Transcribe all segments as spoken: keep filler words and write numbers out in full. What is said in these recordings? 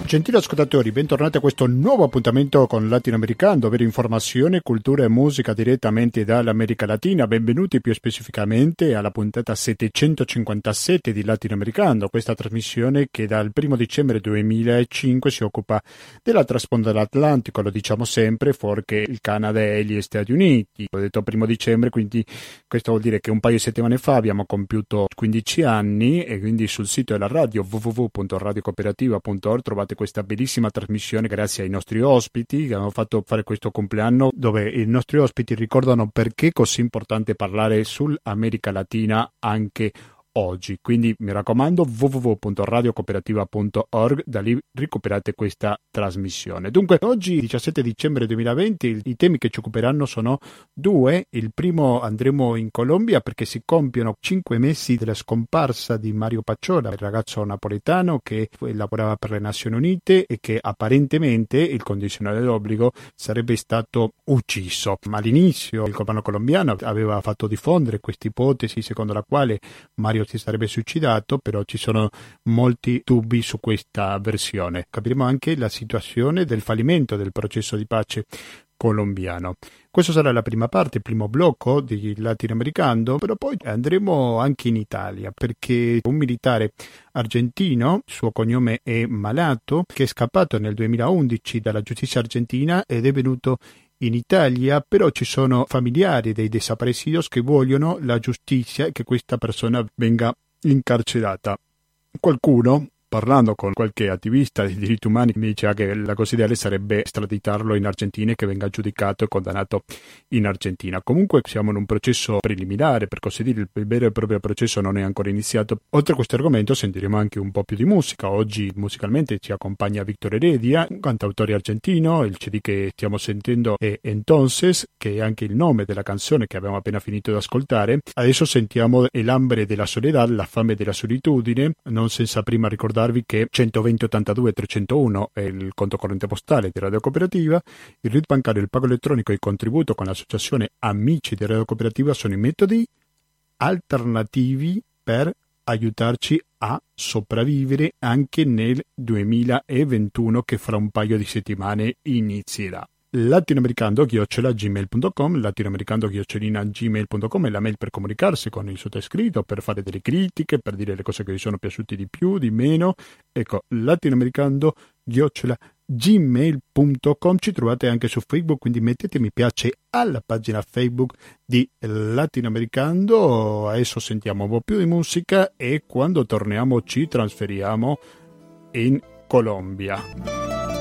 Gentili ascoltatori, bentornati a questo nuovo appuntamento con Latinoamericano, ovvero informazione, cultura e musica direttamente dall'America Latina. Benvenuti più specificamente alla puntata settecentocinquantasette di Latinoamericano, questa trasmissione che dal primo dicembre duemilacinque si occupa dell'altra sponda dell'Atlantico, lo diciamo sempre, fuorché il Canada e gli Stati Uniti. Ho detto primo dicembre, quindi questo vuol dire che un paio di settimane fa abbiamo compiuto quindici anni e quindi sul sito della radio w w w punto radio cooperativa punto org trovate questa bellissima trasmissione grazie ai nostri ospiti che hanno fatto fare questo compleanno, dove i nostri ospiti ricordano perché è così importante parlare sull'America Latina anche oggi. Quindi mi raccomando w w w punto radio cooperativa punto org, da lì recuperate questa trasmissione. Dunque oggi diciassette dicembre duemilaventi i, i temi che ci occuperanno sono due. Il primo, andremo in Colombia perché si compiono cinque mesi della scomparsa di Mario Pacciola, il ragazzo napoletano che lavorava per le Nazioni Unite e che apparentemente, il condizionale d'obbligo, sarebbe stato ucciso. Ma all'inizio il governo colombiano aveva fatto diffondere questa ipotesi secondo la quale Mario si sarebbe suicidato, però ci sono molti dubbi su questa versione. Capiremo anche la situazione del fallimento del processo di pace colombiano. Questa sarà la prima parte, il primo blocco di Latinoamericano, però poi andremo anche in Italia perché un militare argentino, il suo cognome è Malato, che è scappato nel duemilaundici dalla giustizia argentina ed è venuto in Italia, però ci sono familiari dei desaparecidos che vogliono la giustizia e che questa persona venga incarcerata. Qualcuno, parlando con qualche attivista dei diritti umani, mi diceva che la cosa ideale sarebbe estraditarlo in Argentina e che venga giudicato e condannato in Argentina. Comunque siamo in un processo preliminare, per così dire, il vero e proprio processo non è ancora iniziato. Oltre a questo argomento sentiremo anche un po' più di musica. Oggi musicalmente ci accompagna Victor Heredia, un cantautore argentino. Il C D che stiamo sentendo è Entonces, che è anche il nome della canzone che abbiamo appena finito di ascoltare. Adesso sentiamo El hambre de la soledad, la fame della solitudine, non senza prima ricordare che centoventi ottantadue trecentouno è il conto corrente postale di Radio Cooperativa, il R I D bancario, il pago elettronico e il contributo con l'associazione Amici di Radio Cooperativa sono i metodi alternativi per aiutarci a sopravvivere anche nel duemilaventuno che fra un paio di settimane inizierà. Latinoamericano chiocciola gmail punto com, latinoamericano chiocciolina gmail punto com è la mail per comunicarsi con il sottoscritto, per fare delle critiche, per dire le cose che vi sono piaciute di più, di meno. Ecco, latinoamericano chiocciola gmail punto com. Ci trovate anche su Facebook, quindi mettete mi piace alla pagina Facebook di Latinoamericano. Adesso sentiamo un po' più di musica e quando torniamo ci trasferiamo in Colombia.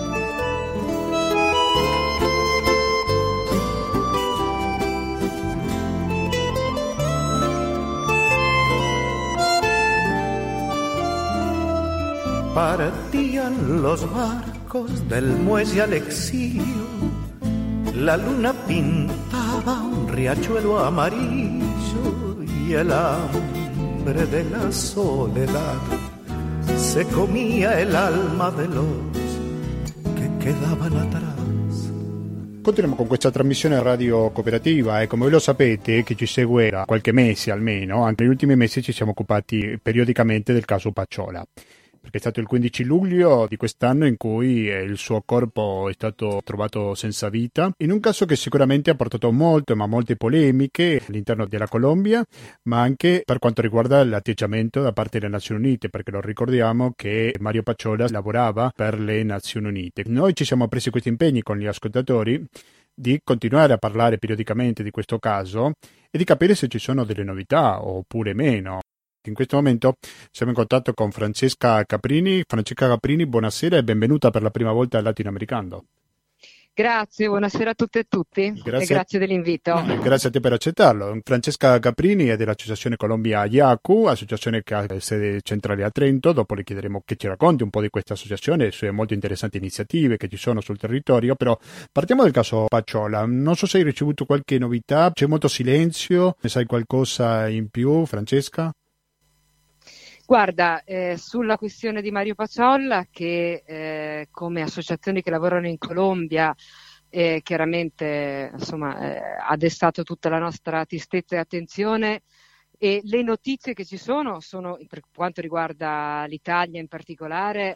Partían los barcos del muelle al exilio, la luna pintaba un riachuelo amarillo y el hambre de la soledad se comía el alma de los que quedaban atrás. Continuiamo con questa trasmissione radio cooperativa e come voi lo sapete, chi ci segue da qualche mese almeno, anche negli ultimi mesi ci siamo occupati periodicamente del caso Pacciola. Perché è stato il quindici luglio di quest'anno in cui il suo corpo è stato trovato senza vita, in un caso che sicuramente ha portato molte ma molte polemiche all'interno della Colombia, ma anche per quanto riguarda l'atteggiamento da parte delle Nazioni Unite, perché lo ricordiamo che Mario Pacciola lavorava per le Nazioni Unite. Noi ci siamo presi questi impegni con gli ascoltatori di continuare a parlare periodicamente di questo caso e di capire se ci sono delle novità oppure meno. In questo momento siamo in contatto con Francesca Caprini. Francesca Caprini, buonasera e benvenuta per la prima volta al Latinoamericano. Grazie, buonasera a tutte e tutti grazie. E grazie dell'invito. Grazie a te per accettarlo. Francesca Caprini è dell'Associazione Colombia IACU, associazione che ha sede centrale a Trento. Dopo le chiederemo che ci racconti un po' di questa associazione e sulle molte interessanti iniziative che ci sono sul territorio, però partiamo dal caso Pacciola. Non so se hai ricevuto qualche novità, c'è molto silenzio, ne sai qualcosa in più, Francesca? Guarda, eh, sulla questione di Mario Pacciola, che eh, come associazioni che lavorano in Colombia eh, chiaramente insomma, eh, ha destato tutta la nostra tristezza e attenzione, e le notizie che ci sono sono, per quanto riguarda l'Italia in particolare,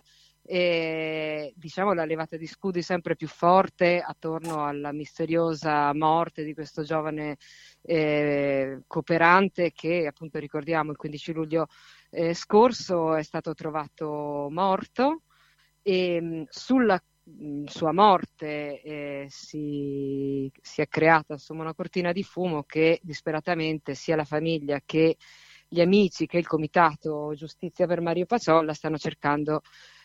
e diciamo la levata di scudi sempre più forte attorno alla misteriosa morte di questo giovane eh, cooperante che, appunto, ricordiamo, il quindici luglio eh, scorso è stato trovato morto, e mh, sulla mh, sua morte eh, si, si è creata, insomma, una cortina di fumo che disperatamente sia la famiglia che gli amici che il Comitato Giustizia per Mario Paciolla stanno cercando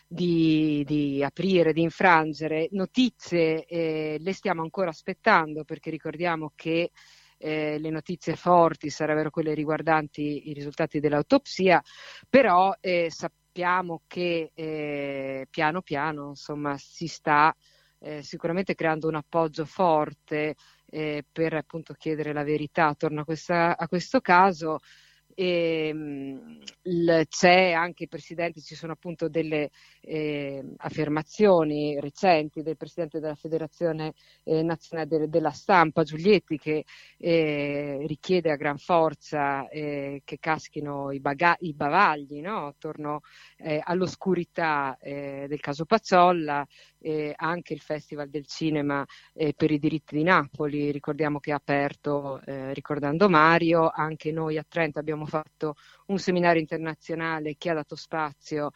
di, di aprire, di infrangere. Notizie eh, le stiamo ancora aspettando, perché ricordiamo che eh, le notizie forti sarebbero quelle riguardanti i risultati dell'autopsia, però eh, sappiamo che eh, piano piano, insomma, si sta eh, sicuramente creando un appoggio forte eh, per, appunto, chiedere la verità attorno a, questa, a questo caso. E, mh, il, c'è anche il presidente, ci sono appunto delle eh, affermazioni recenti del presidente della Federazione eh, Nazionale de, della Stampa, Giulietti, che eh, richiede a gran forza eh, che caschino i, baga- i bavagli, no? Attorno eh, all'oscurità eh, del caso Paciolla. Eh, anche il Festival del Cinema eh, per i diritti di Napoli, ricordiamo che è aperto eh, ricordando Mario. Anche noi a Trento abbiamo fatto un seminario internazionale che ha dato spazio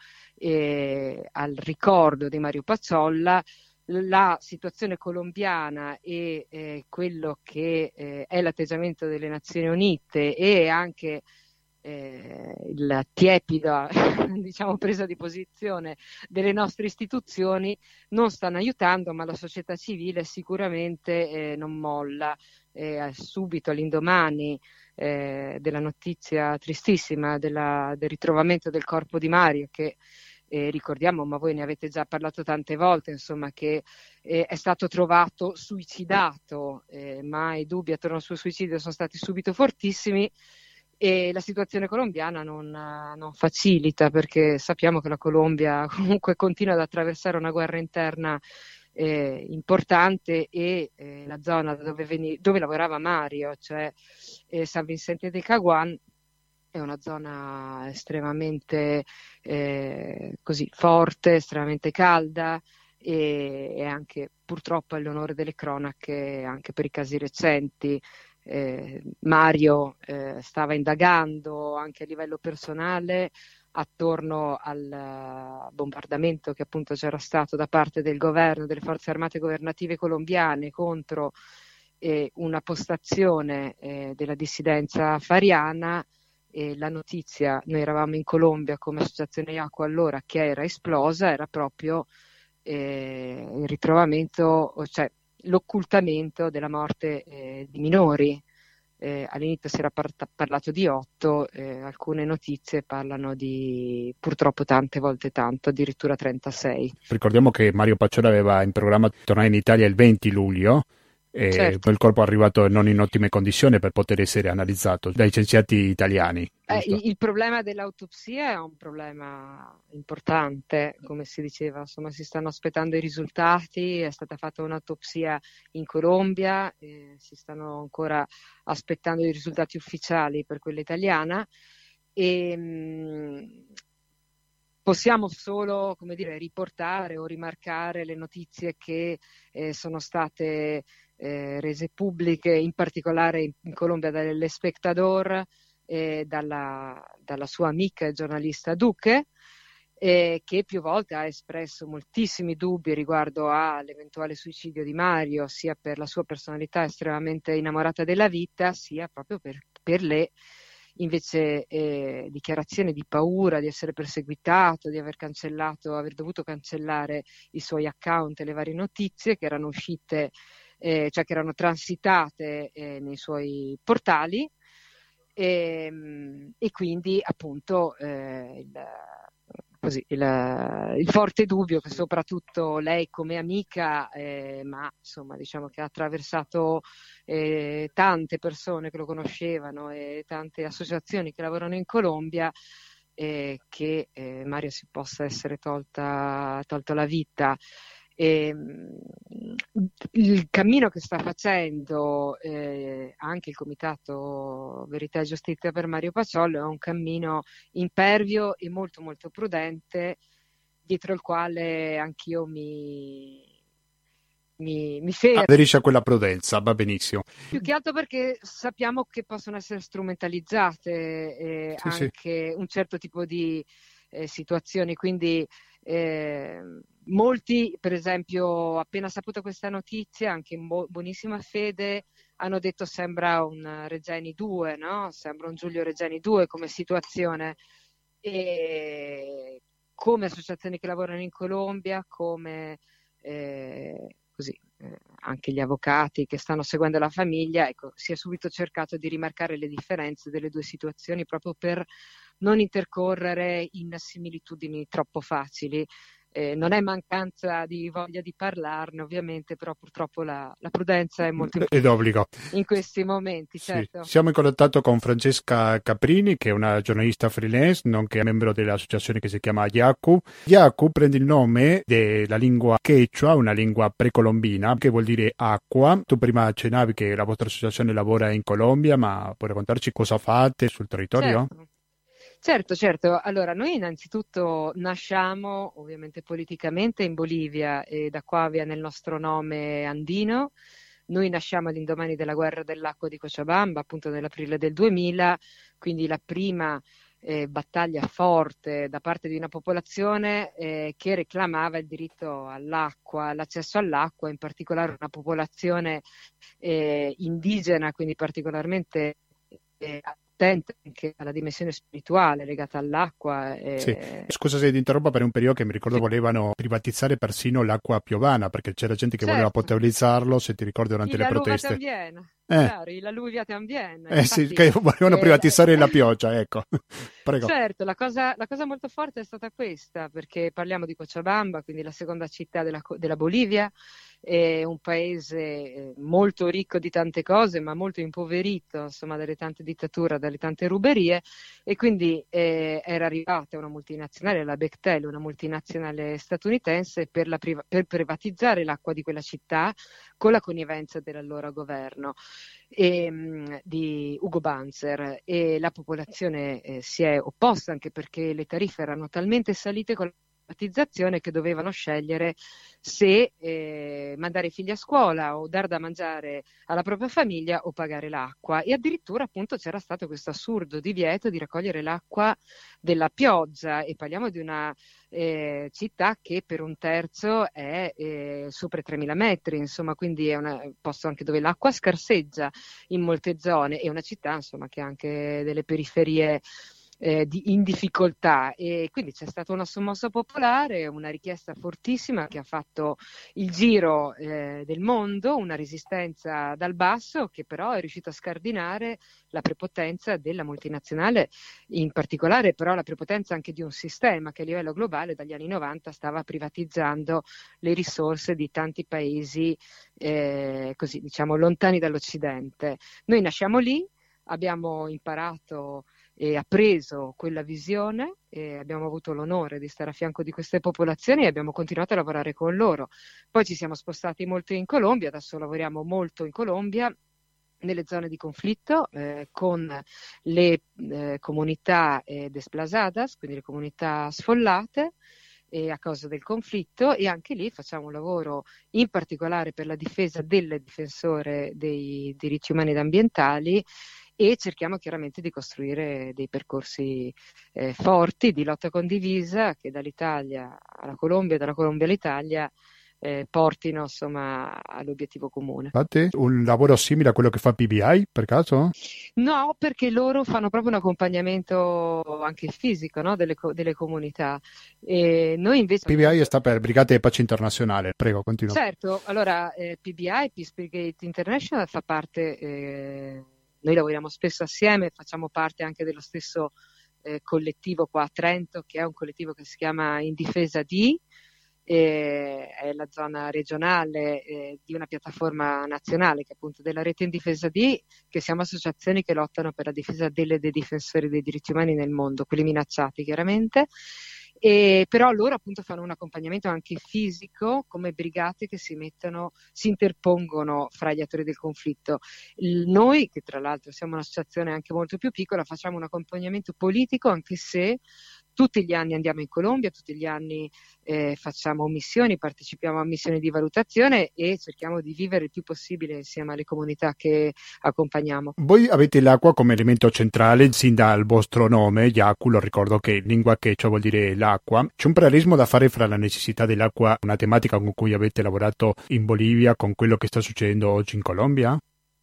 eh, al ricordo di Mario Paciolla. La situazione colombiana e eh, quello che eh, è l'atteggiamento delle Nazioni Unite e anche Eh, la tiepida diciamo presa di posizione delle nostre istituzioni non stanno aiutando, ma la società civile sicuramente eh, non molla. Eh, subito all'indomani eh, della notizia tristissima della, del ritrovamento del corpo di Mario, che eh, ricordiamo, ma voi ne avete già parlato tante volte, insomma, che eh, è stato trovato suicidato, eh, ma i dubbi attorno al suo suicidio sono stati subito fortissimi. E la situazione colombiana non, non facilita, perché sappiamo che la Colombia comunque continua ad attraversare una guerra interna eh, importante, e eh, la zona dove, veni- dove lavorava Mario, cioè eh, San Vicente de Caguán, è una zona estremamente eh, così forte, estremamente calda, e, e anche purtroppo all'onore delle cronache, anche per i casi recenti. Eh, Mario eh, stava indagando anche a livello personale attorno al bombardamento che appunto c'era stato da parte del governo, delle forze armate governative colombiane contro eh, una postazione eh, della dissidenza fariana. E la notizia, noi eravamo in Colombia come associazione IACU allora, che era esplosa, era proprio eh, il ritrovamento, cioè l'occultamento della morte eh, di minori. Eh, all'inizio si era par- parlato di otto, eh, alcune notizie parlano di purtroppo tante volte tanto, addirittura trentasei. Ricordiamo che Mario Paciolla aveva in programma di tornare in Italia il venti luglio e Certo. il corpo è arrivato non in ottime condizioni per poter essere analizzato dai scienziati italiani. Eh, il, il problema dell'autopsia è un problema importante, come si diceva, insomma, si stanno aspettando i risultati, è stata fatta un'autopsia in Colombia, eh, si stanno ancora aspettando i risultati ufficiali per quella italiana, e mh, possiamo solo, come dire, riportare o rimarcare le notizie che eh, sono state eh, rese pubbliche, in particolare in, in Colombia dall'Espectador, eh, dalla, dalla sua amica e giornalista Duque, eh, che più volte ha espresso moltissimi dubbi riguardo all'eventuale suicidio di Mario, sia per la sua personalità estremamente innamorata della vita, sia proprio per, per le invece eh, dichiarazioni di paura di essere perseguitato, di aver cancellato, aver dovuto cancellare i suoi account e le varie notizie che erano uscite, eh, cioè che erano transitate eh, nei suoi portali, e, e quindi appunto eh, il, così, il, il forte dubbio che soprattutto lei come amica, eh, ma insomma diciamo che ha attraversato eh, tante persone che lo conoscevano e tante associazioni che lavorano in Colombia, eh, che eh, Mario si possa essere tolta, tolto la vita. E, il cammino che sta facendo eh, anche il Comitato Verità e Giustizia per Mario Paciolla è un cammino impervio e molto molto prudente, dietro il quale anch'io mi mi, mi fermo. Aderisce a quella prudenza, va benissimo. Più che altro perché sappiamo che possono essere strumentalizzate eh, Sì, anche sì. un certo tipo di eh, situazioni, quindi eh, molti, per esempio, appena saputo questa notizia, anche in bo- buonissima fede, hanno detto sembra un Regeni due, no? Sembra un Giulio Regeni due come situazione. E come associazioni che lavorano in Colombia, come eh, così, eh, anche gli avvocati che stanno seguendo la famiglia, ecco, si è subito cercato di rimarcare le differenze delle due situazioni proprio per non intercorrere in similitudini troppo facili. Eh, non è mancanza di voglia di parlarne, ovviamente, però purtroppo la, la prudenza è molto È d'obbligo. in questi momenti, Sì. certo. Siamo in contatto con Francesca Caprini, che è una giornalista freelance, nonché membro dell'associazione che si chiama Yaku. Yaku prende il nome della lingua quechua, una lingua precolombina, che vuol dire acqua. Tu prima accennavi che la vostra associazione lavora in Colombia, ma puoi raccontarci cosa fate sul territorio? Certo. Certo, certo. Allora, noi innanzitutto nasciamo ovviamente politicamente in Bolivia e da qua viene il nostro nome andino. Noi nasciamo all'indomani della guerra dell'acqua di Cochabamba, appunto nell'aprile del duemila, quindi la prima eh, battaglia forte da parte di una popolazione eh, che reclamava il diritto all'acqua, l'accesso all'acqua, in particolare una popolazione eh, indigena, quindi particolarmente eh, attenta anche alla dimensione spirituale legata all'acqua. E... Sì. Scusa se ti interrompo, per un periodo che mi ricordo volevano privatizzare persino l'acqua piovana, perché c'era gente che certo. voleva potabilizzarlo, se ti ricordi, durante y le la proteste. También. Eh. Claro, y la lluvia también. Eh Infatti, sì, che volevano eh, privatizzare la pioggia, ecco. Prego. Certo, la cosa, la cosa molto forte è stata questa, perché parliamo di Cochabamba, quindi la seconda città della, della Bolivia, è un paese molto ricco di tante cose, ma molto impoverito, insomma, dalle tante dittature, dalle tante ruberie, e quindi eh, era arrivata una multinazionale, la Bechtel, una multinazionale statunitense, per, la priva- per privatizzare l'acqua di quella città con la connivenza dell'allora governo e, mh, di Ugo Banzer, e la popolazione eh, si è opposta, anche perché le tariffe erano talmente salite con la privatizzazione che dovevano scegliere se eh, mandare i figli a scuola o dar da mangiare alla propria famiglia o pagare l'acqua, e addirittura appunto c'era stato questo assurdo divieto di raccogliere l'acqua della pioggia, e parliamo di una eh, città che per un terzo è eh, sopra i tremila metri, insomma, quindi è un posto anche dove l'acqua scarseggia in molte zone, è una città insomma che ha anche delle periferie Eh, di, in difficoltà, e quindi c'è stata una sommossa popolare, una richiesta fortissima che ha fatto il giro eh, del mondo, una resistenza dal basso che però è riuscita a scardinare la prepotenza della multinazionale, in particolare però la prepotenza anche di un sistema che a livello globale dagli anni novanta stava privatizzando le risorse di tanti paesi eh, così diciamo lontani dall'Occidente. Noi nasciamo lì, abbiamo imparato e ha preso quella visione, e abbiamo avuto l'onore di stare a fianco di queste popolazioni e abbiamo continuato a lavorare con loro. Poi ci siamo spostati molto in Colombia, adesso lavoriamo molto in Colombia nelle zone di conflitto eh, con le eh, comunità eh, desplazadas, quindi le comunità sfollate eh, a causa del conflitto, e anche lì facciamo un lavoro in particolare per la difesa del difensore dei diritti umani ed ambientali, e cerchiamo chiaramente di costruire dei percorsi eh, forti di lotta condivisa che dall'Italia alla Colombia e dalla Colombia all'Italia eh, portino insomma all'obiettivo comune. Fate un lavoro simile a quello che fa P B I per caso? No, perché loro fanno proprio un accompagnamento anche fisico, no? delle, delle comunità, e noi invece... P B I sta per Brigate di Pace Internazionale, prego, continua. Certo, allora eh, P B I, Peace Brigade International, fa parte... Eh, Noi lavoriamo spesso assieme, facciamo parte anche dello stesso eh, collettivo qua a Trento, che è un collettivo che si chiama In Difesa di, eh, è la zona regionale eh, di una piattaforma nazionale, che è appunto della Rete In Difesa di, che siamo associazioni che lottano per la difesa delle dei difensori dei diritti umani nel mondo, quelli minacciati chiaramente. E però loro appunto fanno un accompagnamento anche fisico come brigate che si mettono, si interpongono fra gli attori del conflitto. Il, noi, che tra l'altro siamo un'associazione anche molto più piccola, facciamo un accompagnamento politico, anche se tutti gli anni andiamo in Colombia, tutti gli anni eh, facciamo missioni, partecipiamo a missioni di valutazione e cerchiamo di vivere il più possibile insieme alle comunità che accompagniamo. Voi avete l'acqua come elemento centrale, sin dal vostro nome, Yaku, lo ricordo che in lingua quechua vuol dire l'acqua. C'è un parallelismo da fare fra la necessità dell'acqua, una tematica con cui avete lavorato in Bolivia, con quello che sta succedendo oggi in Colombia?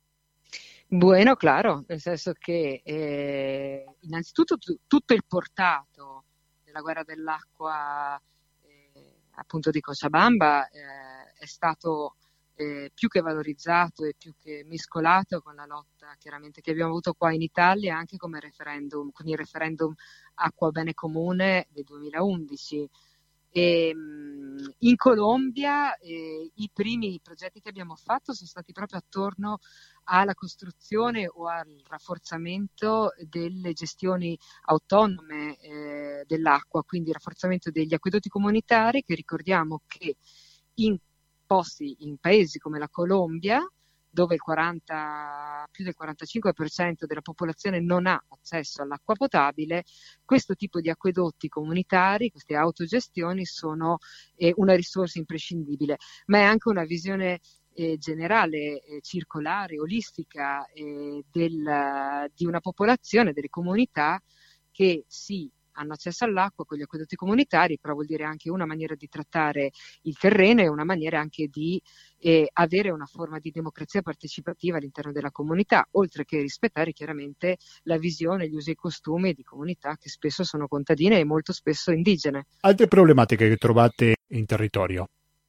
Bueno, claro, nel senso che eh, innanzitutto t- tutto il portato della guerra dell'acqua eh, appunto di Cochabamba eh, è stato eh, più che valorizzato e più che mescolato con la lotta chiaramente che abbiamo avuto qua in Italia anche come referendum, con il referendum Acqua Bene Comune del duemilaundici. E, mh, in Colombia eh, i primi progetti che abbiamo fatto sono stati proprio attorno alla costruzione o al rafforzamento delle gestioni autonome eh, dell'acqua, quindi il rafforzamento degli acquedotti comunitari, che ricordiamo che in posti, in paesi come la Colombia, dove il quaranta, più del quarantacinque per cento della popolazione non ha accesso all'acqua potabile, questo tipo di acquedotti comunitari, queste autogestioni sono eh, una risorsa imprescindibile, ma è anche una visione eh, generale, eh, circolare, olistica eh, del, di una popolazione, delle comunità che sì, hanno accesso all'acqua con gli acquedotti comunitari, però vuol dire anche una maniera di trattare il terreno e una maniera anche di eh, avere una forma di democrazia partecipativa all'interno della comunità, oltre che rispettare chiaramente la visione, gli usi e i costumi di comunità che spesso sono contadine e molto spesso indigene. Altre problematiche che trovate in territorio?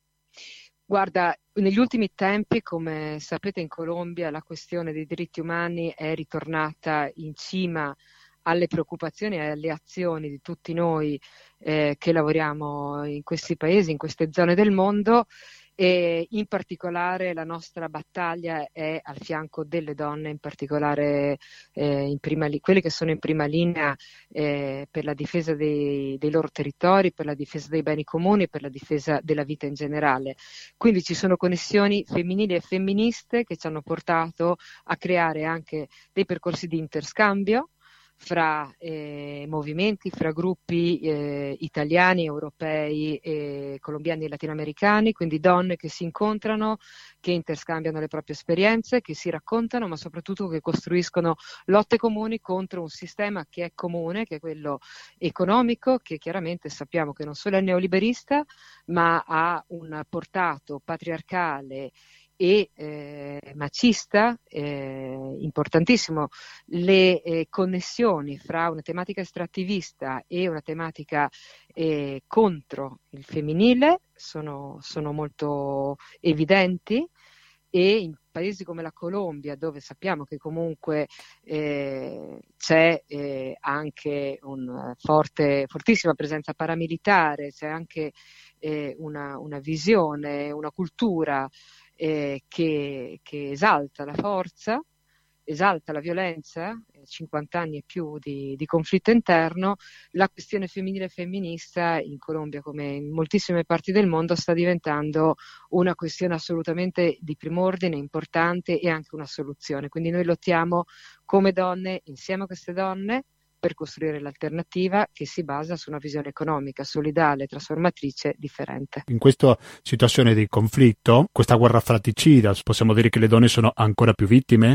Guarda, negli ultimi tempi, come sapete, in Colombia la questione dei diritti umani è ritornata in cima alle preoccupazioni e alle azioni di tutti noi eh, che lavoriamo in questi paesi, in queste zone del mondo, e in particolare la nostra battaglia è al fianco delle donne, in particolare eh, in prima li- quelle che sono in prima linea eh, per la difesa dei, dei loro territori, per la difesa dei beni comuni, per la difesa della vita in generale. Quindi ci sono connessioni femminili e femministe che ci hanno portato a creare anche dei percorsi di interscambio fra eh, movimenti, fra gruppi eh, italiani, europei, eh, colombiani e latinoamericani, quindi donne che si incontrano, che interscambiano le proprie esperienze, che si raccontano, ma soprattutto che costruiscono lotte comuni contro un sistema che è comune, che è quello economico, che chiaramente sappiamo che non solo è neoliberista, ma ha un portato patriarcale e eh, macista, eh, importantissimo. Le eh, connessioni fra una tematica estrattivista e una tematica eh, contro il femminile sono, sono molto evidenti, e in paesi come la Colombia, dove sappiamo che comunque eh, c'è eh, anche una forte, fortissima presenza paramilitare, c'è anche eh, una, una visione, una cultura eh, che, che esalta la forza, esalta la violenza, cinquanta anni e più di, di conflitto interno, la questione femminile e femminista in Colombia, come in moltissime parti del mondo, sta diventando una questione assolutamente di primo ordine, importante e anche una soluzione. Quindi noi lottiamo come donne, insieme a queste donne, per costruire l'alternativa che si basa su una visione economica, solidale, trasformatrice, differente. In questa situazione di conflitto, questa guerra fratricida, possiamo dire che le donne sono ancora più vittime?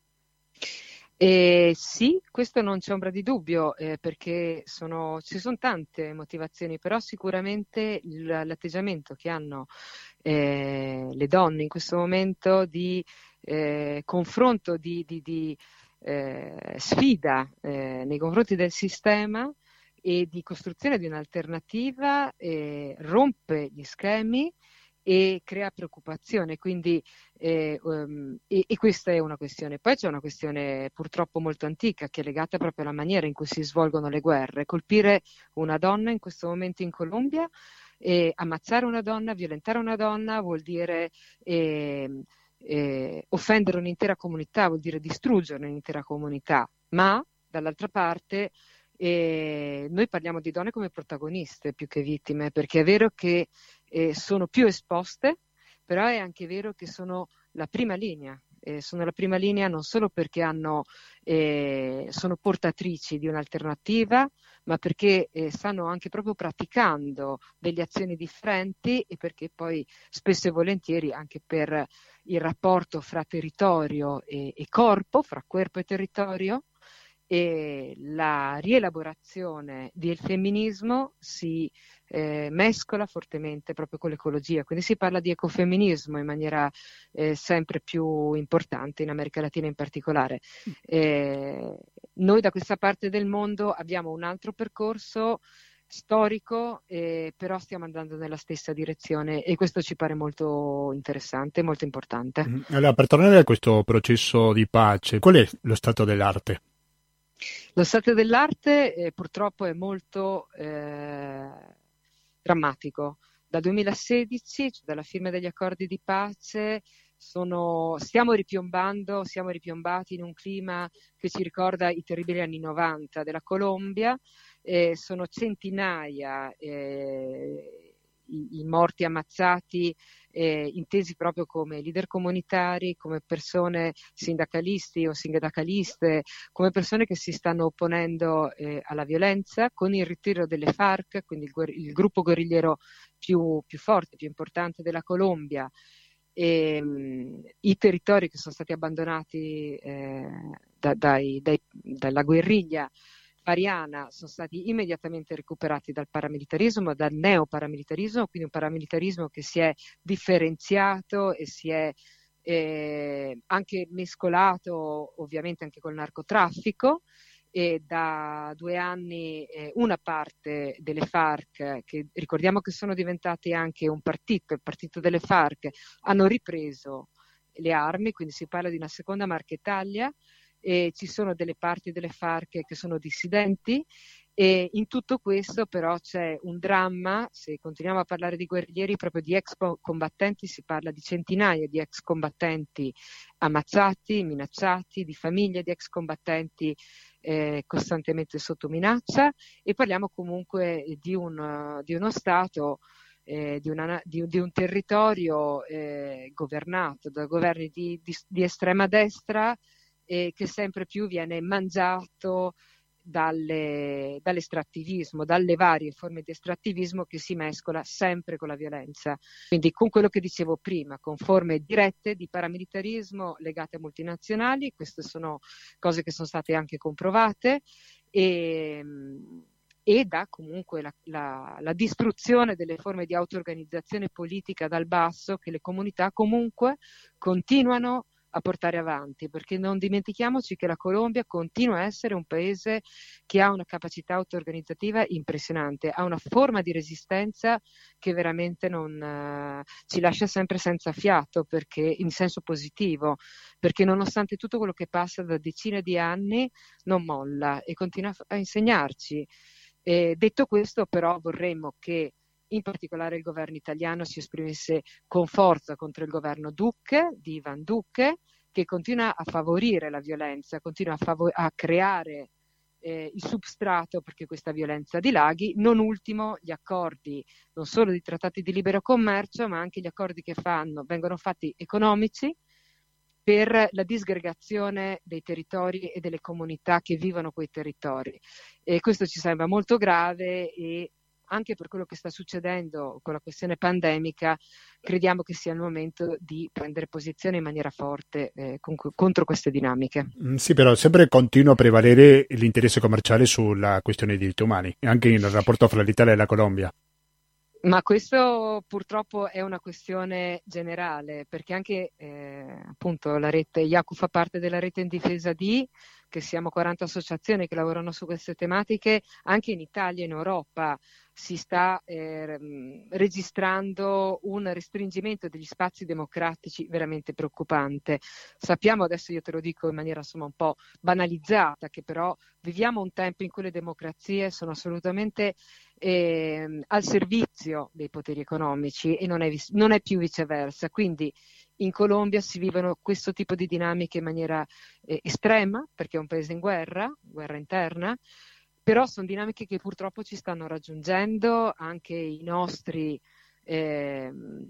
Eh, sì, questo non c'è ombra di dubbio, eh, perché sono, ci sono tante motivazioni, però sicuramente il, l'atteggiamento che hanno eh, le donne in questo momento di eh, confronto, di, di, di eh, sfida eh, nei confronti del sistema e di costruzione di un'alternativa eh, rompe gli schemi e crea preoccupazione, quindi eh, um, e, e questa è una questione. Poi c'è una questione purtroppo molto antica, che è legata proprio alla maniera in cui si svolgono le guerre. Colpire una donna in questo momento in Colombia, eh, ammazzare una donna, violentare una donna vuol dire eh, eh, offendere un'intera comunità, vuol dire distruggere un'intera comunità, ma dall'altra parte E noi parliamo di donne come protagoniste più che vittime, perché è vero che eh, sono più esposte, però è anche vero che sono la prima linea eh, sono la prima linea non solo perché hanno, eh, sono portatrici di un'alternativa, ma perché eh, stanno anche proprio praticando delle azioni differenti e perché poi spesso e volentieri anche per il rapporto fra territorio e, e corpo, fra corpo e territorio, e la rielaborazione del femminismo si eh, mescola fortemente proprio con l'ecologia, quindi si parla di ecofemminismo in maniera eh, sempre più importante in America Latina in particolare. Eh, noi da questa parte del mondo abbiamo un altro percorso storico, eh, però stiamo andando nella stessa direzione e questo ci pare molto interessante, molto importante. Allora, per tornare a questo processo di pace, qual è lo stato dell'arte? Lo stato dell'arte eh, purtroppo è molto eh, drammatico. Dal duemilasedici, cioè dalla firma degli accordi di pace, sono, stiamo ripiombando, siamo ripiombati in un clima che ci ricorda i terribili anni novanta della Colombia. Eh, sono centinaia eh, i, i morti ammazzati, eh, intesi proprio come leader comunitari, come persone sindacalisti o sindacaliste, come persone che si stanno opponendo eh, alla violenza, con il ritiro delle FARC, quindi il, guer- il gruppo guerrigliero più, più forte, più importante della Colombia. E, mh, i territori che sono stati abbandonati eh, da, dai, dai, dalla guerriglia Fariana sono stati immediatamente recuperati dal paramilitarismo, dal neoparamilitarismo, quindi un paramilitarismo che si è differenziato e si è eh, anche mescolato ovviamente anche col narcotraffico, e da due anni eh, una parte delle FARC, che ricordiamo che sono diventati anche un partito, il partito delle FARC, hanno ripreso le armi, quindi si parla di una seconda Marca Italia. E ci sono delle parti delle FARC che sono dissidenti e in tutto questo però c'è un dramma. Se continuiamo a parlare di guerriglieri, proprio di ex combattenti, si parla di centinaia di ex combattenti ammazzati, minacciati, di famiglie di ex combattenti eh, costantemente sotto minaccia, e parliamo comunque di, un, di uno Stato, eh, di, una, di, di un territorio eh, governato da governi di, di, di estrema destra, e che sempre più viene mangiato dalle, dall'estrattivismo, dalle varie forme di estrattivismo che si mescola sempre con la violenza. Quindi con quello che dicevo prima, con forme dirette di paramilitarismo legate a multinazionali, queste sono cose che sono state anche comprovate, e, e da comunque la, la, la distruzione delle forme di auto-organizzazione politica dal basso che le comunità comunque continuano a portare avanti, perché non dimentichiamoci che la Colombia continua a essere un paese che ha una capacità auto-organizzativa impressionante, ha una forma di resistenza che veramente non uh, ci lascia sempre senza fiato, perché in senso positivo, perché nonostante tutto quello che passa da decine di anni non molla e continua a insegnarci. E detto questo, però, vorremmo che in particolare il governo italiano si esprimesse con forza contro il governo Duque, di Ivan Duque, che continua a favorire la violenza, continua a, fav- a creare eh, il substrato perché questa violenza dilaghi, non ultimo gli accordi, non solo di trattati di libero commercio, ma anche gli accordi che fanno, vengono fatti economici per la disgregazione dei territori e delle comunità che vivono quei territori. E questo ci sembra molto grave, e anche per quello che sta succedendo con la questione pandemica, crediamo che sia il momento di prendere posizione in maniera forte eh, con, contro queste dinamiche. Mm, sì, però sempre continua a prevalere l'interesse commerciale sulla questione dei diritti umani, anche nel rapporto fra l'Italia e la Colombia. Ma questo purtroppo è una questione generale, perché anche eh, appunto la rete, Iacu fa parte della rete in difesa di, che siamo quaranta associazioni che lavorano su queste tematiche, anche in Italia e in Europa si sta eh, registrando un restringimento degli spazi democratici veramente preoccupante. Sappiamo, adesso io te lo dico in maniera insomma un po' banalizzata, che però viviamo un tempo in cui le democrazie sono assolutamente eh, al servizio dei poteri economici e non è, non è più viceversa. Quindi in Colombia si vivono questo tipo di dinamiche in maniera eh, estrema, perché è un paese in guerra, guerra interna, però sono dinamiche che purtroppo ci stanno raggiungendo. Anche i nostri eh,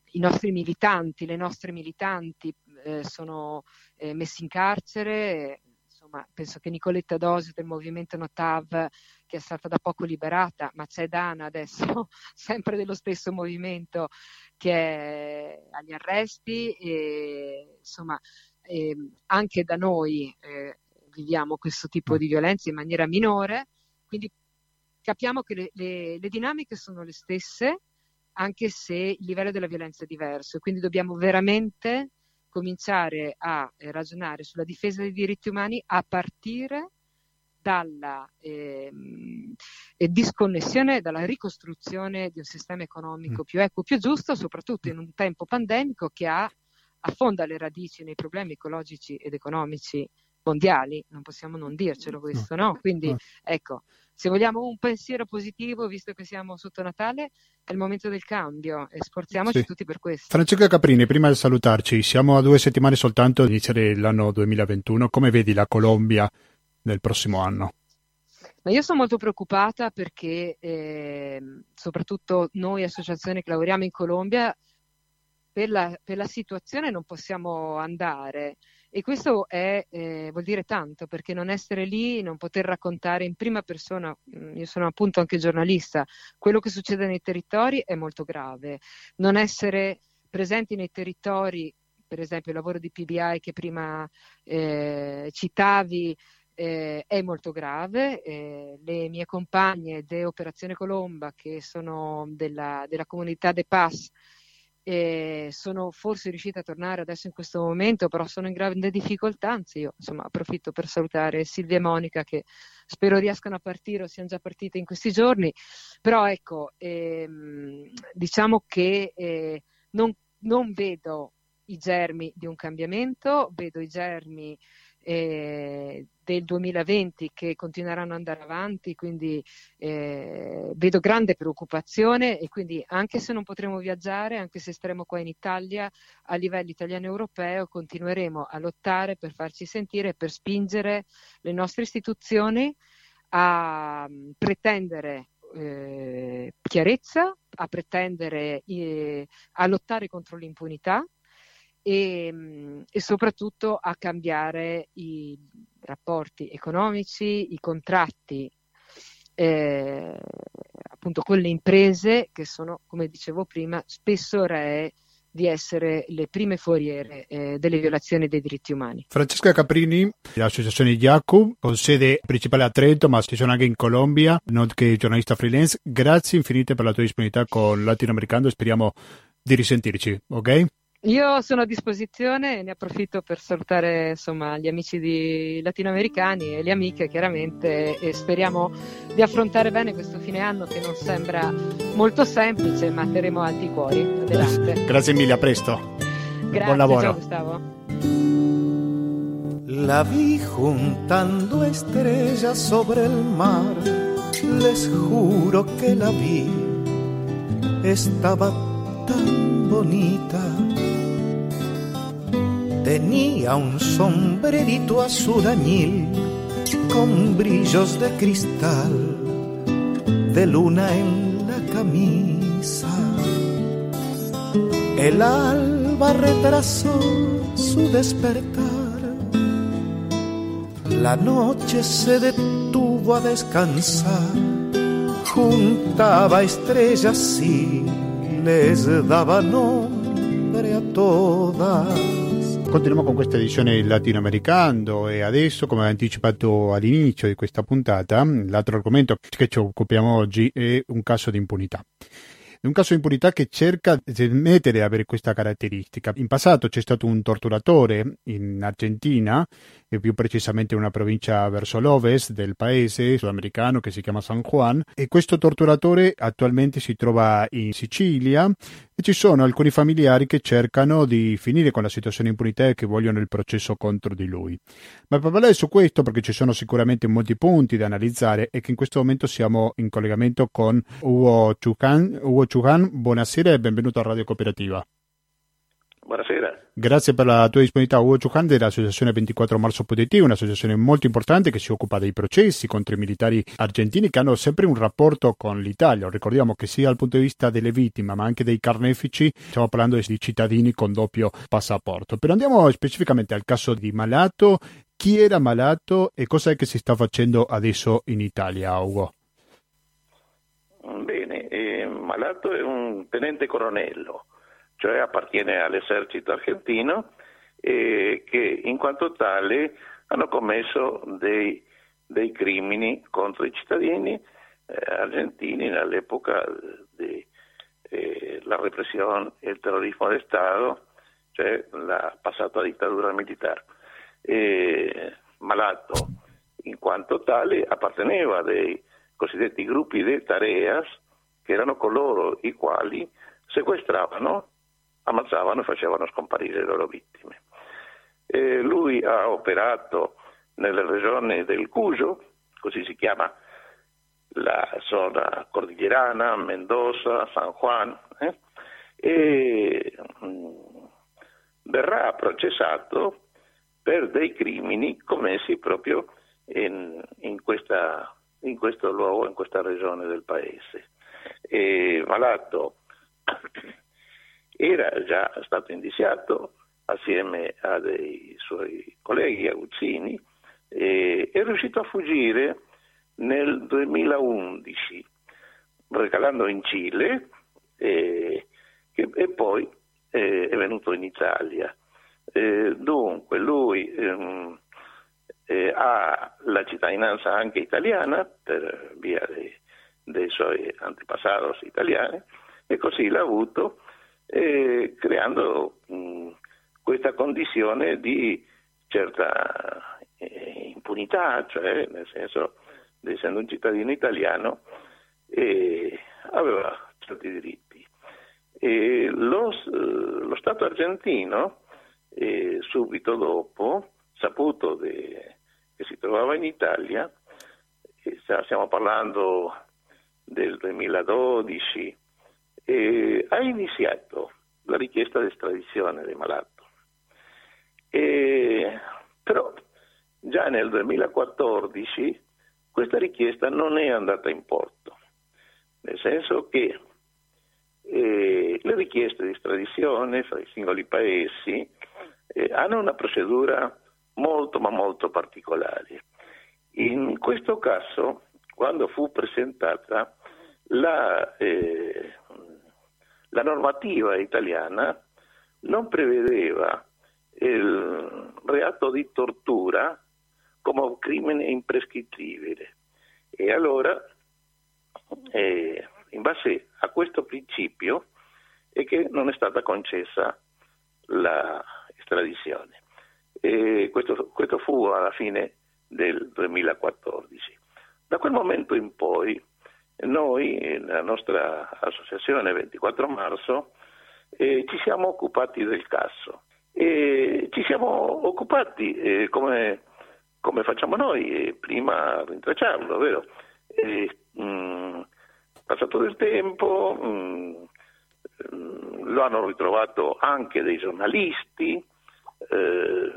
i nostri militanti, le nostre militanti eh, sono eh, messi in carcere. Insomma, penso che Nicoletta Dosi del movimento Notav, che è stata da poco liberata, ma c'è Dana adesso, sempre dello stesso movimento, che è agli arresti, e insomma eh, anche da noi eh, viviamo questo tipo di violenza in maniera minore, quindi capiamo che le, le, le dinamiche sono le stesse, anche se il livello della violenza è diverso, quindi dobbiamo veramente cominciare a ragionare sulla difesa dei diritti umani a partire dalla eh, disconnessione, dalla ricostruzione di un sistema economico più equo, più giusto, soprattutto in un tempo pandemico che ha, affonda le radici nei problemi ecologici ed economici mondiali, non possiamo non dircelo questo, no? Quindi ecco, se vogliamo un pensiero positivo, visto che siamo sotto Natale, è il momento del cambio e sforziamoci sì. tutti per questo. Francesca Caprini, prima di salutarci, siamo a due settimane soltanto di iniziare l'anno duemilaventuno, come vedi la Colombia nel prossimo anno? Ma io sono molto preoccupata perché eh, soprattutto noi associazioni che lavoriamo in Colombia per la, per la situazione non possiamo andare. E questo è, eh, vuol dire tanto, perché non essere lì, non poter raccontare in prima persona, io sono appunto anche giornalista, quello che succede nei territori è molto grave. Non essere presenti nei territori, per esempio il lavoro di P B I che prima eh, citavi, eh, è molto grave. Eh, le mie compagne di Operazione Colomba, che sono della, della comunità De Paz, E sono forse riuscita a tornare adesso in questo momento, però sono in grande difficoltà. Anzi, io insomma approfitto per salutare Silvia e Monica, che spero riescano a partire o siano già partite in questi giorni. Però ecco, ehm, diciamo che eh, non, non vedo i germi di un cambiamento, vedo i germi eh, del duemilaventi che continueranno ad andare avanti, quindi eh, vedo grande preoccupazione, e quindi anche se non potremo viaggiare, anche se staremo qua in Italia, a livello italiano e europeo continueremo a lottare per farci sentire, per spingere le nostre istituzioni a pretendere eh, chiarezza, a pretendere eh, a lottare contro l'impunità e, e soprattutto a cambiare i rapporti economici, i contratti eh, appunto con le imprese, che sono, come dicevo prima, spesso ree di essere le prime foriere eh, delle violazioni dei diritti umani. Francesca Caprini, l'associazione Yacu, con sede principale a Trento, ma ci sono anche in Colombia, nonché giornalista freelance. Grazie infinite per la tua disponibilità con Latinoamericano e speriamo di risentirci, ok? Io sono a disposizione e ne approfitto per salutare insomma gli amici di latinoamericani e le amiche chiaramente, e speriamo di affrontare bene questo fine anno che non sembra molto semplice, ma terremo alti i cuori. Adelante. Grazie mille, a presto. Grazie, buon lavoro. Ciao Gustavo. La vi juntando estrellas sobre el mar, les juro que la vi, estaba tan bonita. Tenía un sombrerito azul añil con brillos de cristal, de luna en la camisa. El alba retrasó su despertar, la noche se detuvo a descansar, juntaba estrellas y les dava nombre a todas. Continuiamo con questa edizione latinoamericano e adesso, come anticipato all'inizio di questa puntata, l'altro argomento che ci occupiamo oggi è un caso di impunità. È un caso di impunità che cerca di smettere di avere questa caratteristica. In passato c'è stato un torturatore in Argentina, e più precisamente in una provincia verso l'ovest del paese sudamericano che si chiama San Juan, e questo torturatore attualmente si trova in Sicilia e ci sono alcuni familiari che cercano di finire con la situazione di impunità e che vogliono il processo contro di lui. Ma per parlare su questo, perché ci sono sicuramente molti punti da analizzare, e che in questo momento siamo in collegamento con Hugo Chuján. Hugo Chuján, buonasera e benvenuto a Radio Cooperativa. Buonasera. Grazie per la tua disponibilità, Ugo Ciucan dell'Associazione ventiquattro Marzo P D T, un'associazione molto importante che si occupa dei processi contro i militari argentini che hanno sempre un rapporto con l'Italia. Ricordiamo che sia dal punto di vista delle vittime ma anche dei carnefici stiamo parlando di cittadini con doppio passaporto. Però andiamo specificamente al caso di Malato. Chi era malato e cosa è che si sta facendo adesso in Italia, Ugo? Bene, eh, Malato è un tenente colonnello, cioè appartiene all'esercito argentino e che in quanto tale hanno commesso dei, dei crimini contro i cittadini eh, argentini nell'epoca della eh, repressione e il terrorismo di Stato, cioè la passata dittatura militare. E Malato in quanto tale apparteneva dei cosiddetti gruppi de tareas, che erano coloro i quali sequestravano, ammazzavano e facevano scomparire le loro vittime. E lui ha operato nelle regioni del Cuyo, così si chiama la zona cordillerana, Mendoza, San Juan, eh? e mh, verrà processato per dei crimini commessi proprio in, in, questa, in questo luogo, in questa regione del paese. E Malato era già stato indiziato assieme a dei suoi colleghi aguzzini e è riuscito a fuggire nel duemilaundici, recalando in Cile e, che, e poi eh, è venuto in Italia. Eh, dunque lui ehm, eh, ha la cittadinanza anche italiana per via dei, dei suoi antepassados italiani e così l'ha avuto eh, creando mh, questa condizione di certa eh, impunità, cioè nel senso di essendo un cittadino italiano eh, aveva certi diritti. E lo, lo Stato argentino e subito dopo, saputo de, che si trovava in Italia, e stiamo parlando del duemiladodici, e ha iniziato la richiesta di estradizione di Malato. E, però già nel duemilaquattordici questa richiesta non è andata in porto, nel senso che eh, le richieste di estradizione fra i singoli paesi eh, hanno una procedura molto ma molto particolare. In questo caso, quando fu presentata la, eh, la normativa italiana non prevedeva il reato di tortura come un crimine imprescrittibile e allora eh, in base a questo principio è che non è stata concessa la estradizione. E questo, questo fu alla fine del duemilaquattordici. Da quel momento in poi noi, la nostra associazione ventiquattro marzo, eh, ci siamo occupati del caso e ci siamo occupati eh, come, come facciamo noi eh, prima a rintracciarlo, vero? Eh, mh, passato del tempo mh, mh, lo hanno ritrovato anche dei giornalisti eh,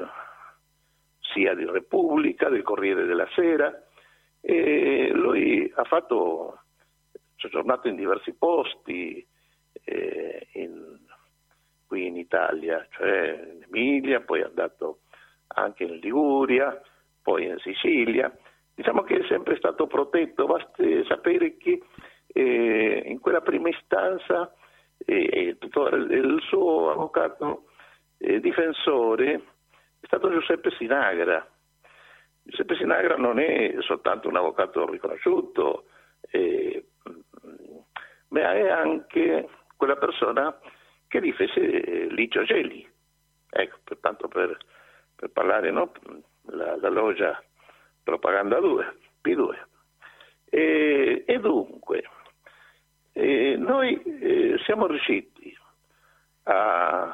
sia di Repubblica, del Corriere della Sera, e lui ha fatto soggiornato in diversi posti eh, in, qui in Italia, cioè in Emilia, poi è andato anche in Liguria, poi in Sicilia. Diciamo che è sempre stato protetto, basta sapere che eh, in quella prima istanza eh, tuttora il, il suo avvocato eh, difensore è stato Giuseppe Sinagra. Giuseppe Sinagra non è soltanto un avvocato riconosciuto, eh, ma è anche quella persona che difese eh, Licio Gelli, ecco, pertanto per, per parlare, no? la, la loggia Propaganda due, P due. E, e dunque, eh, noi eh, siamo riusciti a,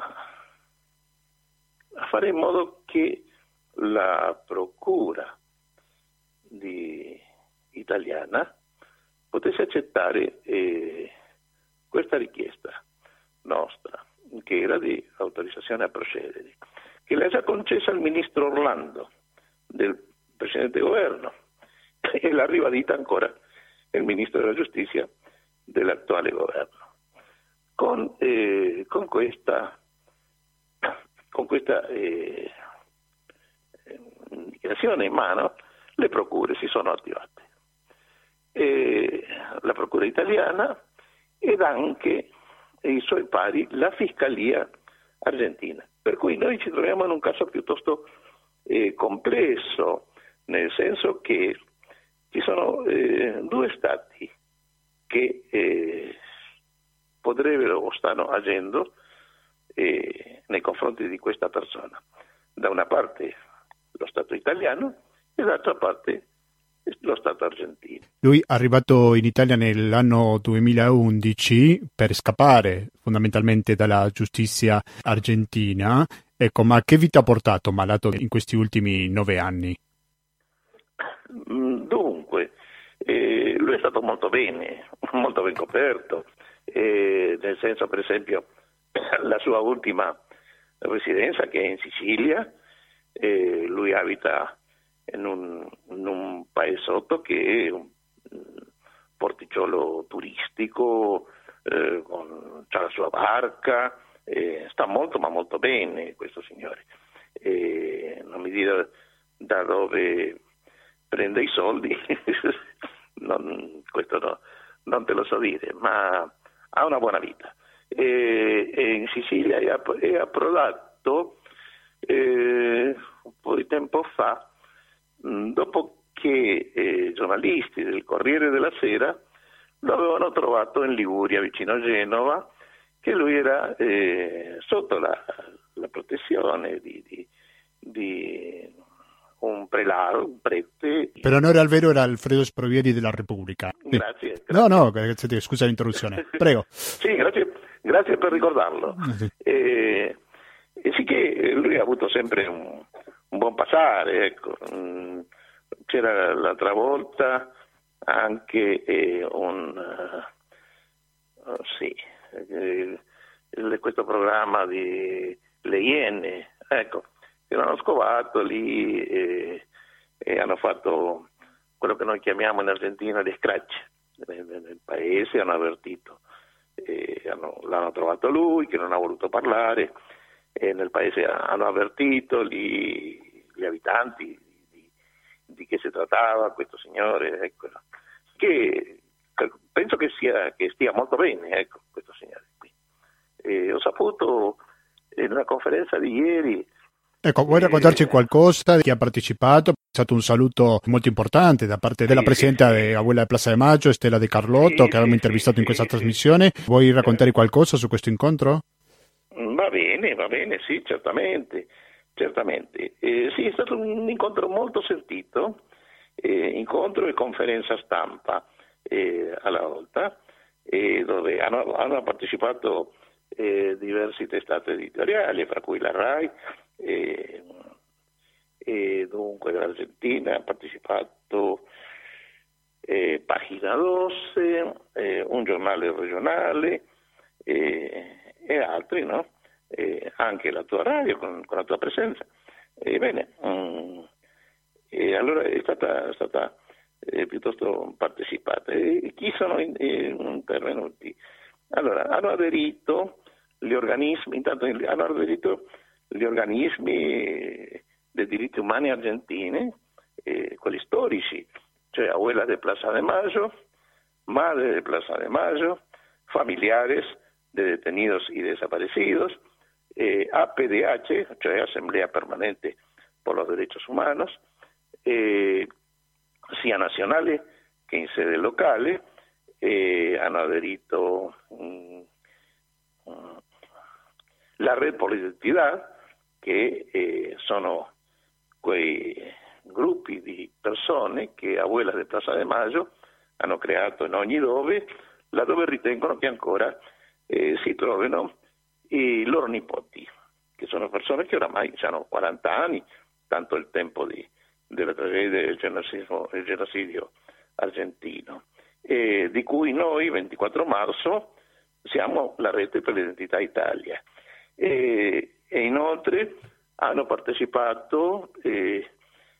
a fare in modo che la procura di, italiana potesse accettare eh, questa richiesta nostra. che era di autorizzazione a procedere, che l'ha già concessa il ministro Orlando del precedente governo e l'ha ribadita ancora il ministro della giustizia dell'attuale governo. Con, eh, con questa, con questa eh, dichiarazione in mano, le procure si sono attivate. E la procura italiana ed anche i suoi pari la fiscalia argentina. Per cui noi ci troviamo in un caso piuttosto eh, complesso, nel senso che ci sono eh, due stati che eh, potrebbero o stanno agendo eh, nei confronti di questa persona. Da una parte lo Stato italiano e dall'altra parte lo Stato argentino. Lui è arrivato in Italia nell'anno duemilaundici per scappare fondamentalmente dalla giustizia argentina. Ecco, ma che vita ha portato malato in questi ultimi nove anni? Dunque, eh, lui è stato molto bene, molto ben coperto, eh, nel senso, per esempio, la sua ultima residenza, che è in Sicilia, eh, lui abita in un, in un paesotto che è un porticciolo turistico, eh, con, c'ha la sua barca, eh, sta molto ma molto bene questo signore. Eh, non mi dire da dove prende i soldi, non, questo no, non te lo so dire, ma ha una buona vita. E, e in Sicilia è, è approdato eh, un po' di tempo fa, dopo che eh, giornalisti del Corriere della Sera lo avevano trovato in Liguria, vicino a Genova, che lui era eh, sotto la, la protezione di, di, di un prelato, un prete. Per onore al vero era Alfredo Sprovieri della Repubblica. Grazie. No, no, grazie, scusa l'interruzione. Prego. Sì, grazie, grazie per ricordarlo. Sì. E, e sì che lui ha avuto sempre un, un buon passare, ecco. C'era l'altra volta anche eh, un uh, uh, sì, eh, questo programma di Le Iene, ecco, che l'hanno scovato lì e, e hanno fatto quello che noi chiamiamo in Argentina di scratch nel, nel paese, hanno avvertito, e hanno, l'hanno trovato lui che non ha voluto parlare, e nel paese hanno avvertito gli, gli abitanti di, di che si trattava questo signore, ecco, che penso che sia che stia molto bene, ecco, questo signore qui. E ho saputo in una conferenza di ieri. Ecco, vuoi raccontarci qualcosa di chi ha partecipato? È stato un saluto molto importante da parte della sì, presidenta sì, di Abuela de Plaza de Mayo, Stella De Carlotto, sì, che avevamo intervistato sì, in questa sì, trasmissione. Vuoi raccontare qualcosa su questo incontro? Va bene, va bene, sì, certamente, certamente. Eh, sì, è stato un incontro molto sentito, eh, incontro e conferenza stampa eh, alla volta, eh, dove hanno, hanno partecipato eh, diverse testate editoriali, fra cui la RAI, e, e dunque l'Argentina ha partecipato eh, Pagina dodici, eh, un giornale regionale eh, e altri, no? Eh, anche la tua radio con, con la tua presenza. Ebbene, um, e allora è stata, è stata eh, piuttosto partecipata. E chi sono in, in, intervenuti? Allora, hanno aderito gli organismi, intanto hanno aderito gli organismi dei diritti umani argentini, eh, quelli storici, cioè Abuela de Plaza de Mayo, Madre de Plaza de Mayo, familiares de detenidos y desaparecidos, eh, A P D H, cioè Asamblea Permanente por los Derechos Humanos, eh, sia nazionale che in sede locale, eh, hanno aderito um, um, la Red por la Identidad, che eh, sono quei gruppi di persone che Abuelas de Plaza de Mayo hanno creato in ogni dove, laddove ritengono che ancora eh, si trovino i loro nipoti, che sono persone che oramai hanno quaranta anni, tanto il tempo di, della tragedia del genocidio, del genocidio argentino, e di cui noi, ventiquattro marzo, siamo la Rete per l'Identità Italia. e, e inoltre hanno partecipato eh,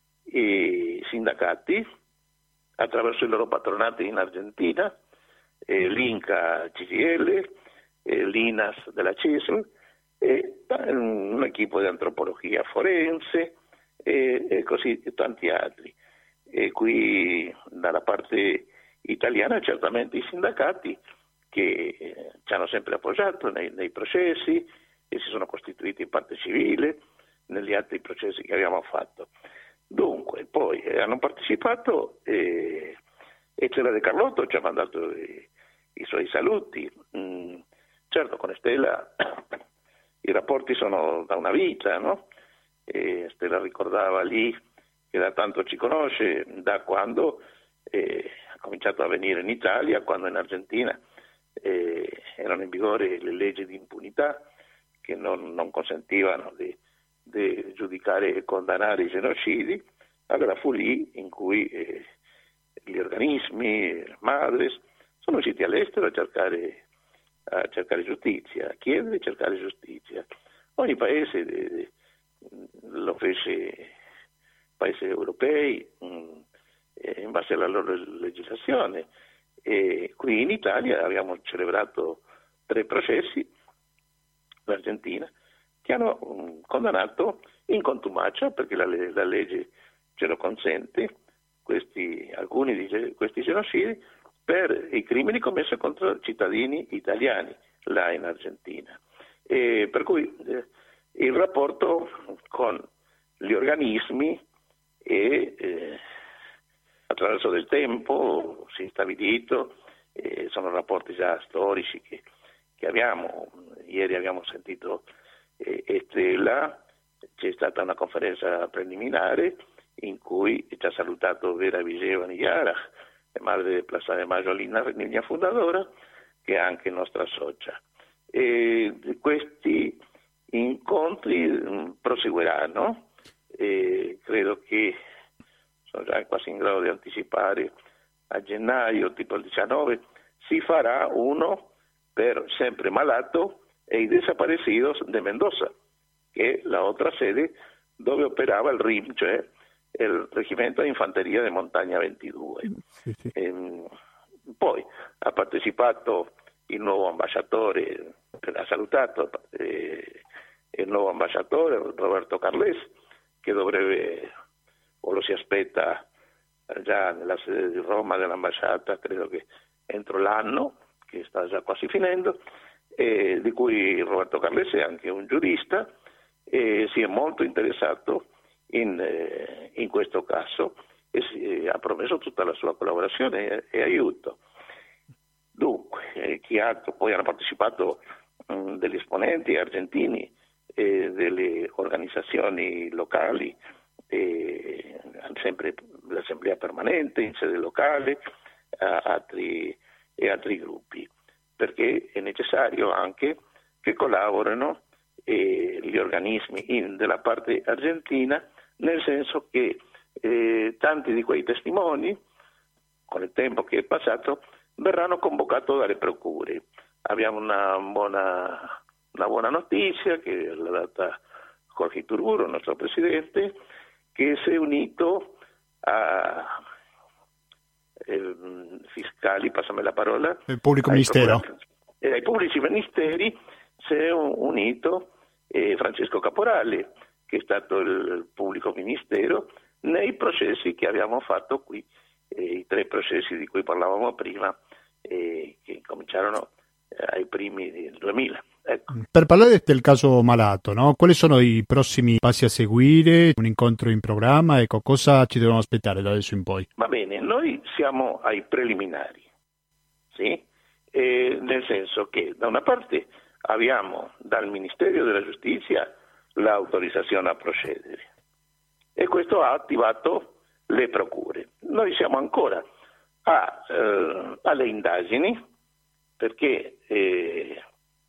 i sindacati attraverso i loro patronati in Argentina, eh, l'Inca C G I L, eh, l'I N A S della C I S L, e un equipo di antropologia forense e, e così tanti altri. E qui dalla parte italiana certamente i sindacati che eh, ci hanno sempre appoggiato nei, nei processi e si sono costituiti in parte civile negli altri processi che abbiamo fatto. Dunque, poi eh, hanno partecipato eh, e Cera De Carlotto ci ha mandato i, i suoi saluti. Mm, certo, con Stella i rapporti sono da una vita, no? E Stella ricordava lì che da tanto ci conosce, da quando eh, ha cominciato a venire in Italia, quando in Argentina eh, erano in vigore le leggi di impunità che non, non consentivano di, di giudicare e condannare i genocidi. Allora fu lì in cui eh, gli organismi, le madres, sono usciti all'estero a cercare, a cercare giustizia, a chiedere e cercare giustizia. Ogni paese eh, lo fece, paesi europei, mh, in base alla loro legislazione. E qui in Italia abbiamo celebrato tre processi, l'Argentina, che hanno mh, condannato in contumacia, perché la, la legge ce lo consente, questi, alcuni di questi genocidi, per i crimini commessi contro cittadini italiani, là in Argentina. E per cui eh, il rapporto con gli organismi e eh, attraverso del tempo si è stabilito, eh, sono rapporti già storici che, che abbiamo. Ieri abbiamo sentito eh, Estela, c'è stata una conferenza preliminare in cui ci ha salutato Vera Vigevani Yara, madre di Plaza de Mayo, linea fundadora, che è anche nostra socia. E questi incontri mh, proseguiranno e credo che sono già quasi in grado di anticipare, a gennaio, tipo il diciannove, si farà uno per Sempre Malato e i Desaparecidos de Mendoza, che è la otra sede dove operava il R I M, cioè il Reggimento di Infanteria di Montagna ventidue. Sì, sì. E, poi ha partecipato il nuovo ambasciatore, ha salutato eh, il nuovo ambasciatore Roberto Carles, che dovrebbe, o lo si aspetta già nella sede di Roma dell'ambasciata, credo che entro l'anno, che sta già quasi finendo, e di cui Roberto Carles è anche un giurista e si è molto interessato in, eh, in questo caso e si, ha promesso tutta la sua collaborazione e, e aiuto. Dunque, eh, chi altro? Poi hanno partecipato mh, degli esponenti argentini e delle organizzazioni locali, e sempre l'assemblea permanente in sede locale, a, altri, e altri gruppi, perché è necessario anche che collaborino eh, gli organismi in, della parte argentina, nel senso che eh, tanti di quei testimoni, con il tempo che è passato, verranno convocati dalle procure. Abbiamo una buona, una buona notizia che l'ha data Jorge Iturburu, il nostro presidente, che si è unito a eh, fiscali, passami la parola, il pubblico ministero, e ai pubblici ministeri si è unito eh, Francesco Caporale, che è stato il pubblico ministero nei processi che abbiamo fatto qui, eh, i tre processi di cui parlavamo prima, eh, che cominciarono eh, ai primi del duemila. Ecco. Per parlare del caso Malato, no? Quali sono i prossimi passi a seguire? Un incontro in programma? Ecco, cosa ci dobbiamo aspettare da adesso in poi? Va bene, noi siamo ai preliminari, sì? Eh, nel senso che da una parte abbiamo dal Ministero della Giustizia l'autorizzazione a procedere e questo ha attivato le procure. Noi siamo ancora a, eh, alle indagini, perché eh,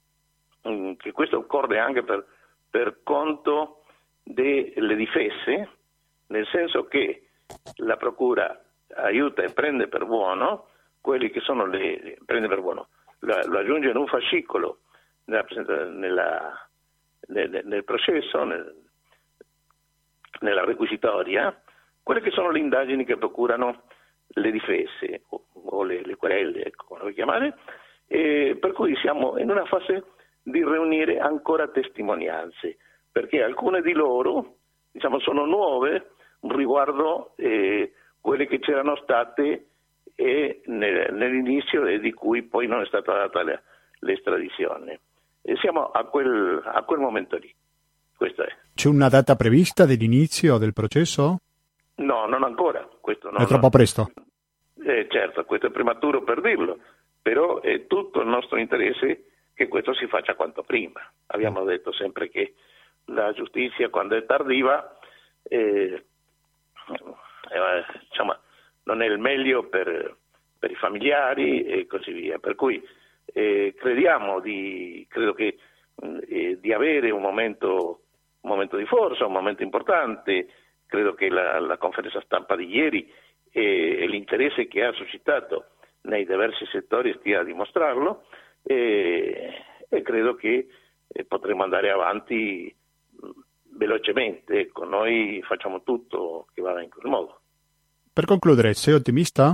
che questo occorre anche per, per conto delle difese, nel senso che la procura aiuta e prende per buono quelli che sono le, prende per buono, lo, lo aggiunge in un fascicolo nella, nella nel, nel processo, nel, nella requisitoria, quelle che sono le indagini che procurano le difese o, o le, le querelle, ecco, come lo chiamare, e per cui siamo in una fase di riunire ancora testimonianze, perché alcune di loro, diciamo, sono nuove riguardo eh, quelle che c'erano state e nel, nell'inizio e di cui poi non è stata data la, l'estradizione. E siamo a quel, a quel momento lì. Questo è. C'è una data prevista dell'inizio del processo? No, non ancora. Questo non, è troppo presto? Eh, certo, questo è prematuro per dirlo, però è tutto il nostro interesse che questo si faccia quanto prima. Abbiamo detto sempre che la giustizia, quando è tardiva, eh, eh, diciamo, non è il meglio per, per i familiari e così via. Per cui eh, crediamo di, credo che eh, di avere un momento, un momento di forza, un momento importante. Credo che la, la conferenza stampa di ieri e, e l'interesse che ha suscitato nei diversi settori stia a dimostrarlo, e, e credo che eh, potremo andare avanti mh, velocemente. Ecco, noi facciamo tutto che vada in quel modo. Per concludere, sei ottimista?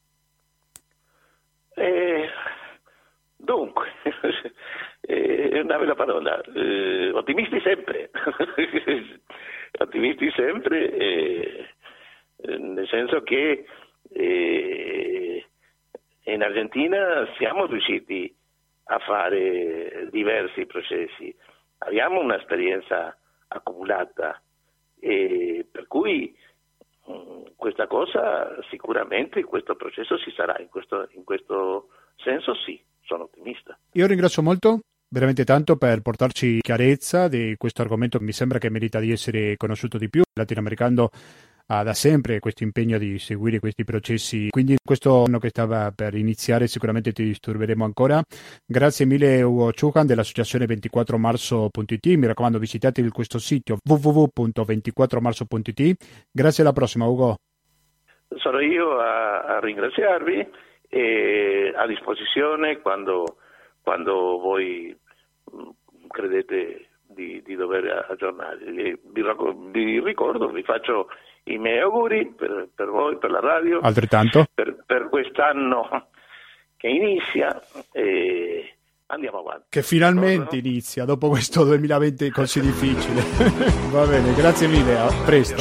Eh, dunque, è una bella parola. Eh, ottimisti sempre. Ottimisti sempre, eh, nel senso che eh, in Argentina siamo riusciti a fare diversi processi, abbiamo un'esperienza accumulata e per cui mh, questa cosa sicuramente, questo processo si sarà, in questo, in questo senso sì, sono ottimista. Io ringrazio molto. Veramente tanto per portarci chiarezza di questo argomento che mi sembra che merita di essere conosciuto di più. Il latinoamericano ha da sempre questo impegno di seguire questi processi, quindi questo anno che stava per iniziare sicuramente ti disturberemo ancora. Grazie mille Ugo Chuhan dell'associazione ventiquattro marzo punto it, mi raccomando visitate questo sito w w w punto ventiquattro marzo punto it. Grazie, alla prossima Ugo. Sono io a, a ringraziarvi e a disposizione quando... quando voi mh, credete di, di dover aggiornare. Vi, vi ricordo, vi faccio i miei auguri per, per voi, per la radio, altrettanto per, per quest'anno che inizia e andiamo avanti. Che finalmente no? inizia dopo questo duemilaventi così difficile. Va bene, grazie mille, a presto.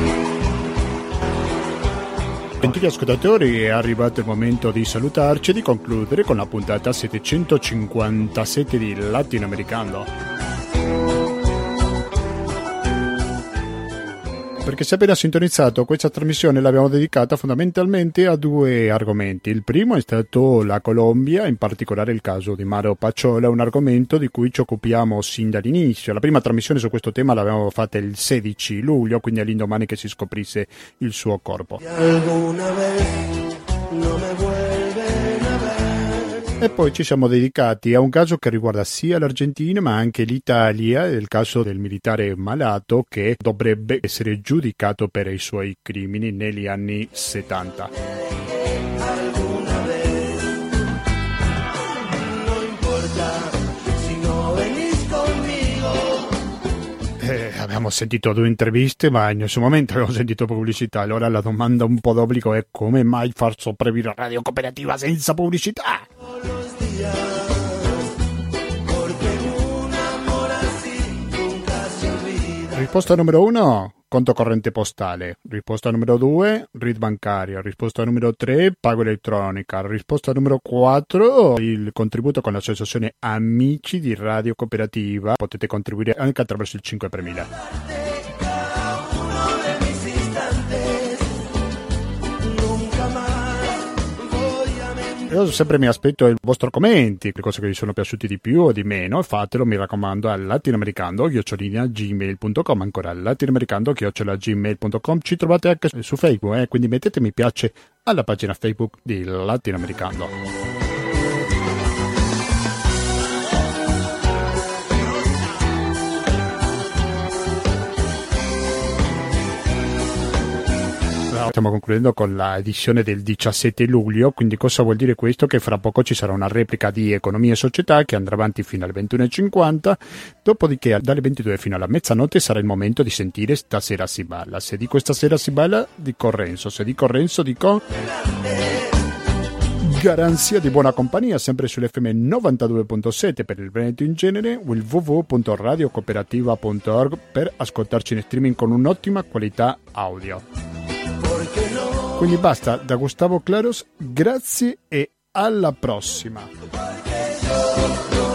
Gentili ascoltatori, è arrivato il momento di salutarci e di concludere con la puntata settecentocinquantasette di Latinoamericano. Perché se appena sintonizzato, questa trasmissione l'abbiamo dedicata fondamentalmente a due argomenti. Il primo è stato la Colombia, in particolare il caso di Mario Pacciola, un argomento di cui ci occupiamo sin dall'inizio. La prima trasmissione su questo tema l'abbiamo fatta il sedici luglio, quindi all'indomani che si scoprisse il suo corpo. E poi ci siamo dedicati a un caso che riguarda sia l'Argentina ma anche l'Italia, il caso del militare malato che dovrebbe essere giudicato per i suoi crimini negli anni settanta. Eh, abbiamo sentito due interviste, ma in nessun momento abbiamo sentito pubblicità. Allora la domanda un po' d'obbligo è: come mai far sopravvivere la radio cooperativa senza pubblicità? Risposta numero uno, conto corrente postale. Risposta numero due, R I D bancaria. Risposta numero tre, pago elettronica. Risposta numero quattro, il contributo con l'associazione Amici di Radio Cooperativa. Potete contribuire anche attraverso il cinque per mille. Io sempre mi aspetto i vostri commenti, le cose che vi sono piaciute di più o di meno, fatelo, mi raccomando, al latinoamericano chiocciola gmail punto com, ancora al latinoamericano chiocciola gmail punto com. Ci trovate anche su Facebook, eh? Quindi mettete mi piace alla pagina Facebook di Latinoamericano. Basta, stiamo concludendo con la edizione del diciassette luglio, quindi cosa vuol dire questo? Che fra poco ci sarà una replica di Economia e Società che andrà avanti fino alle ventuno e cinquanta, dopodiché dalle ventidue fino alla mezzanotte sarà il momento di sentire Stasera si balla. Se dico Stasera si balla, dico Renzo, se dico Renzo, dico garanzia di buona compagnia, sempre sull'F M novantadue virgola sette per il Veneto in genere, o il w w w punto radio cooperativa punto org per ascoltarci in streaming con un'ottima qualità audio. Quindi basta, da Gustavo Claros, grazie e alla prossima.